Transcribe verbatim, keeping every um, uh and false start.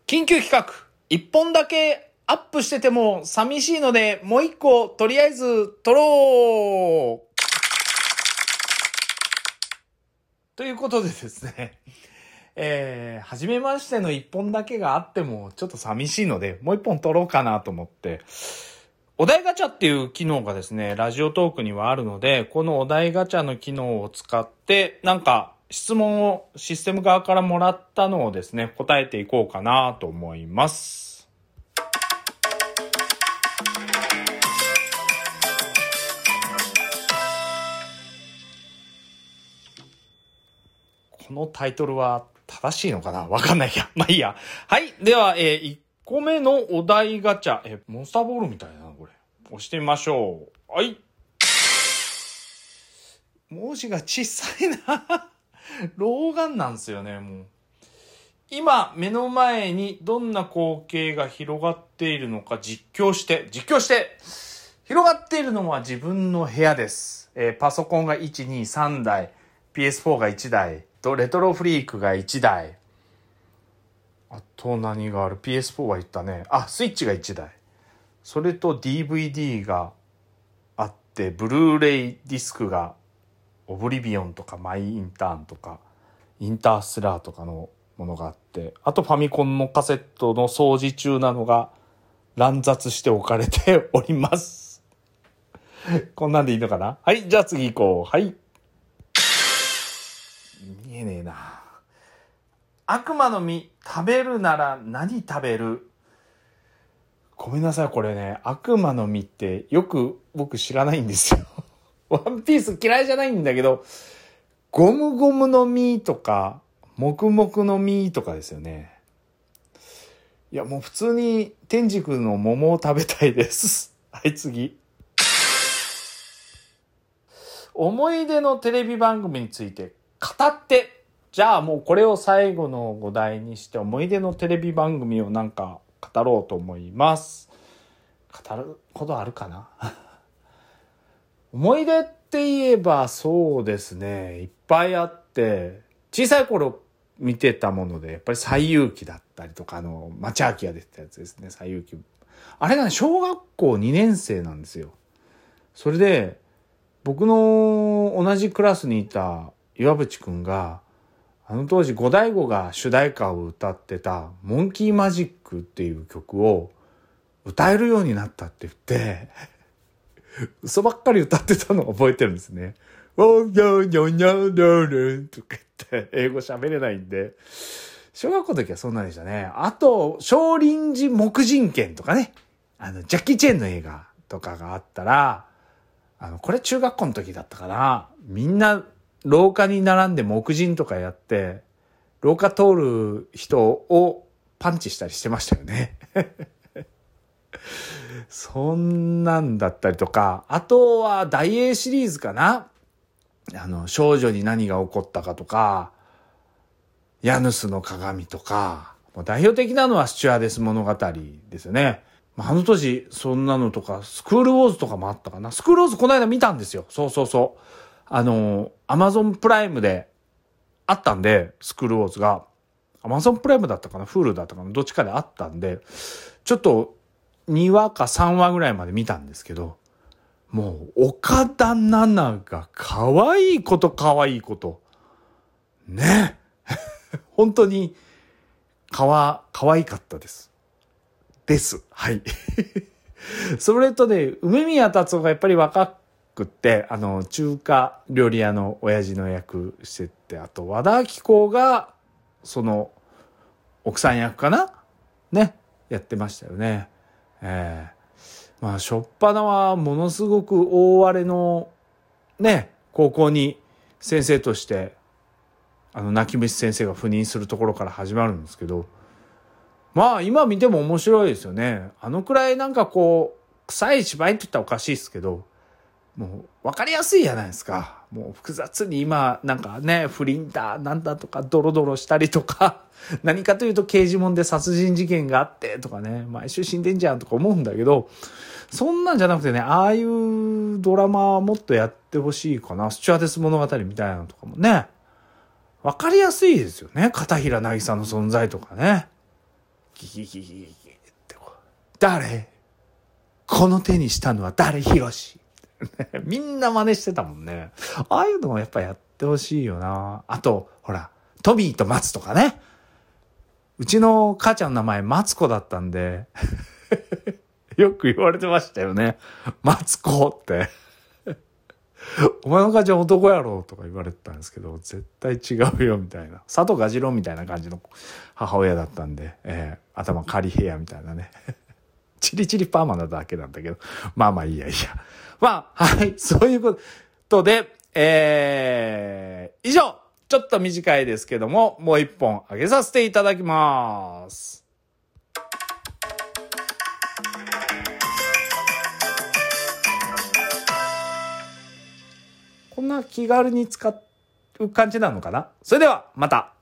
緊急企画、一本だけアップしてても寂しいので、もう一個とりあえず撮ろうということでですね、えー、初めましての一本だけがあってもちょっと寂しいので、もう一本撮ろうかなと思って、お題ガチャっていう機能がですね、ラジオトークにはあるので、このお題ガチャの機能を使って、なんか質問をシステム側からもらったのをですね、答えていこうかなと思います。このタイトルは正しいのかな？わかんないや。まあいいや。はい。では、えー、いっこめのお題ガチャ。え、モンスターボールみたいな、これ。押してみましょう。はい。文字が小さいな。老眼なんですよね、もう。今、目の前にどんな光景が広がっているのか実況して、実況して広がっているのは自分の部屋です。えー、パソコンがいち、に、さんだい、ピーエスフォー がいちだい、とレトロフリークがいちだい。あと何がある？ ピーエスフォー は言ったね。あ、スイッチがいちだい。それと ディーブイディー があって、ブルーレイディスクがオブリビオンとかマイインターンとかインターステラーとかのものがあって、あとファミコンのカセットの掃除中なのが乱雑して置かれております。こんなんでいいのかな？はい、じゃあ次行こう。はい。見えねえな。悪魔の実食べるなら何食べる？ごめんなさい、これね、悪魔の実ってよく僕知らないんですよ。ワンピース嫌いじゃないんだけど、ゴムゴムの実とか、もくもくの実とかですよね。いや、もう普通に天竺の桃を食べたいです。はい、次。思い出のテレビ番組について語って。じゃあもうこれを最後のお題にして、思い出のテレビ番組をなんか語ろうと思います。語ることあるかな？思い出って言えばそうですね、いっぱいあって、小さい頃見てたもので、やっぱり西遊記だったりとか、あの、町明が出てたやつですね、西遊記。あれがね、小学校にねん生なんですよ。それで、僕の同じクラスにいた岩渕くんが、あの当時五醍醐が主題歌を歌ってたモンキーマジックっていう曲を歌えるようになったって言って、嘘ばっかり歌ってたのを覚えてるんですね。おにょにょにょにょにょとか言って英語喋れないんで、小学校の時はそんなんでしたね。あと、少林寺木人剣とかね、あの、ジャッキー・チェンの映画とかがあったら、あの、これ中学校の時だったかな。みんな廊下に並んで木人とかやって、廊下通る人をパンチしたりしてましたよね。そんなんだったりとか、あとは大英シリーズかな。あの、少女に何が起こったかとか、ヤヌスの鏡とか、もう代表的なのはスチュアーデス物語ですよね。あの当時、そんなのとか、スクールウォーズとかもあったかな。スクールウォーズこの間見たんですよ。そうそうそう。あの、アマゾンプライムであったんで、スクールウォーズが。アマゾンプライムだったかな、フールだったかな、どっちかであったんで、ちょっとにわかさんわぐらいまで見たんですけど、もう岡田奈々が可愛いこと可愛いこと。ね。本当にかわ、可愛かったです。です。はい。それとね、梅宮達夫がやっぱり若くって、あの、中華料理屋の親父の役してて、あと和田アキ子が、その、奥さん役かなね、やってましたよね。えー、まあ、しょっぱなはものすごく大荒れの、ね、高校に先生として、あの、泣き虫先生が赴任するところから始まるんですけど、まあ今見ても面白いですよね。あのくらいなんかこう、臭い芝居って言ったらおかしいですけど、もう分かりやすいじゃないですか。もう複雑に今なんかね、不倫だ、なんだとかドロドロしたりとか、何かというと刑事門で殺人事件があってとかね、毎週死んでんじゃんとか思うんだけど、そんなんじゃなくてね、ああいうドラマもっとやってほしいかな。スチュアーデス物語みたいなのとかもね、分かりやすいですよね。片平なぎさの存在とかね。 ギギギギギってこう、誰この手にしたのは誰ひろしみんな真似してたもんね。ああいうのもやっぱやってほしいよな。あと、ほら、トビーとマツとかね。うちの母ちゃんの名前マツコだったんで、よく言われてましたよね。マツコって。お前の母ちゃん男やろとか言われてたんですけど、絶対違うよみたいな。佐藤蛾次郎みたいな感じの母親だったんで、えー、頭カリヘアみたいなね。チリチリパーマなだけなんだけど、まあまあいいやいいや。まあ、はい、そういうことで、えー、以上、ちょっと短いですけども、もう一本あげさせていただきます。こんな気軽に使う感じなのかな。それではまた。